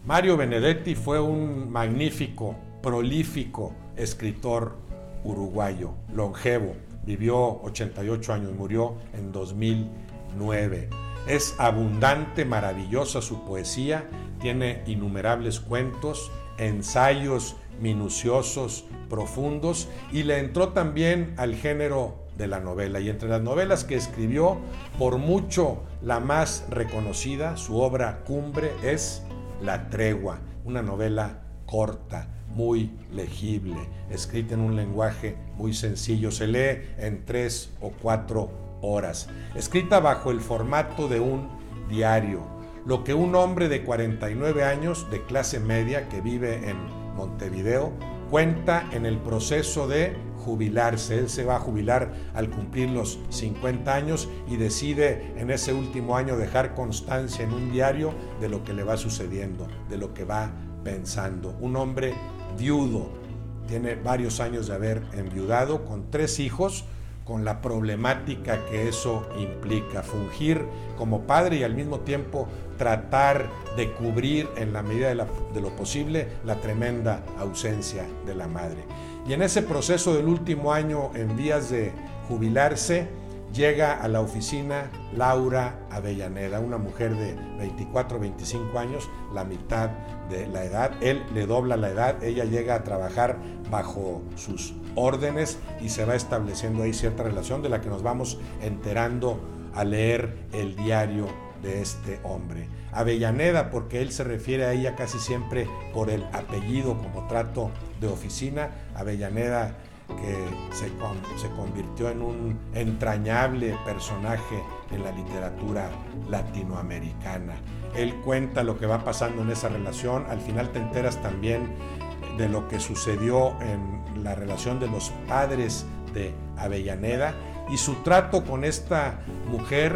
Mario Benedetti fue un magnífico, prolífico escritor uruguayo, longevo, vivió 88 años, murió en 2009. Es abundante, maravillosa su poesía, tiene innumerables cuentos, ensayos minuciosos, profundos, y le entró también al género de la novela. Y entre las novelas que escribió, por mucho la más reconocida, su obra cumbre es La Tregua, una novela corta, muy legible, escrita en un lenguaje muy sencillo, se lee en 3 o 4 horas, escrita bajo el formato de un diario, lo que un hombre de 49 años de clase media que vive en Montevideo cuenta en el proceso de jubilarse. Él se va a jubilar al cumplir los 50 años y decide en ese último año dejar constancia en un diario de lo que le va sucediendo, de lo que va pensando. Un hombre viudo, tiene varios años de haber enviudado, con 3 hijos, con la problemática que eso implica, fungir como padre y al mismo tiempo tratar de cubrir en la medida de lo posible la tremenda ausencia de la madre. Y en ese proceso del último año en vías de jubilarse, llega a la oficina Laura Avellaneda, una mujer de 24 o 25 años, la mitad de la edad. Él le dobla la edad, ella llega a trabajar bajo sus órdenes y se va estableciendo ahí cierta relación de la que nos vamos enterando al leer el diario de este hombre. Avellaneda, porque él se refiere a ella casi siempre por el apellido como trato de oficina. Avellaneda, que se convirtió en un entrañable personaje en la literatura latinoamericana. Él cuenta lo que va pasando en esa relación, al final te enteras también de lo que sucedió en la relación de los padres de Avellaneda y su trato con esta mujer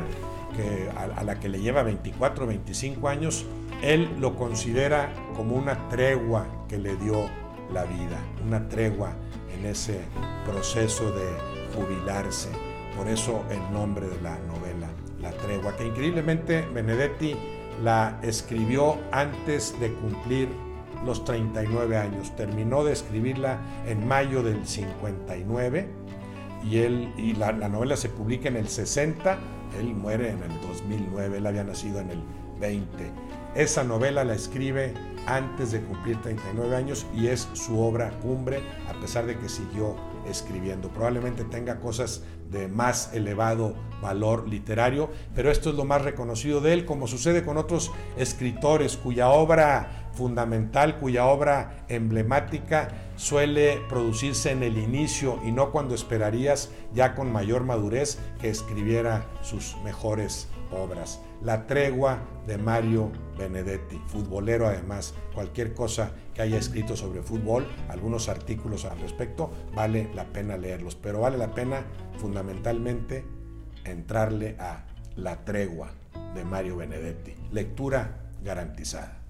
a la que le lleva 24 o 25 años. Él lo considera como una tregua que le dio la vida, una tregua en ese proceso de jubilarse. Por eso el nombre de la novela, La Tregua, que increíblemente Benedetti la escribió antes de cumplir los 39 años. Terminó de escribirla en mayo del 59 y la novela se publica en el 60, él muere en el 2009, él había nacido en el 20. Esa novela la escribe antes de cumplir 39 años y es su obra cumbre, a pesar de que siguió escribiendo. Probablemente tenga cosas de más elevado valor literario, pero esto es lo más reconocido de él, como sucede con otros escritores cuya obra fundamental, cuya obra emblemática suele producirse en el inicio y no cuando esperarías, ya con mayor madurez, que escribiera sus mejores obras. La Tregua de Mario Benedetti, futbolero además. Cualquier cosa que haya escrito sobre fútbol, algunos artículos al respecto, vale la pena leerlos, pero vale la pena fundamentalmente entrarle a La Tregua de Mario Benedetti. Lectura garantizada.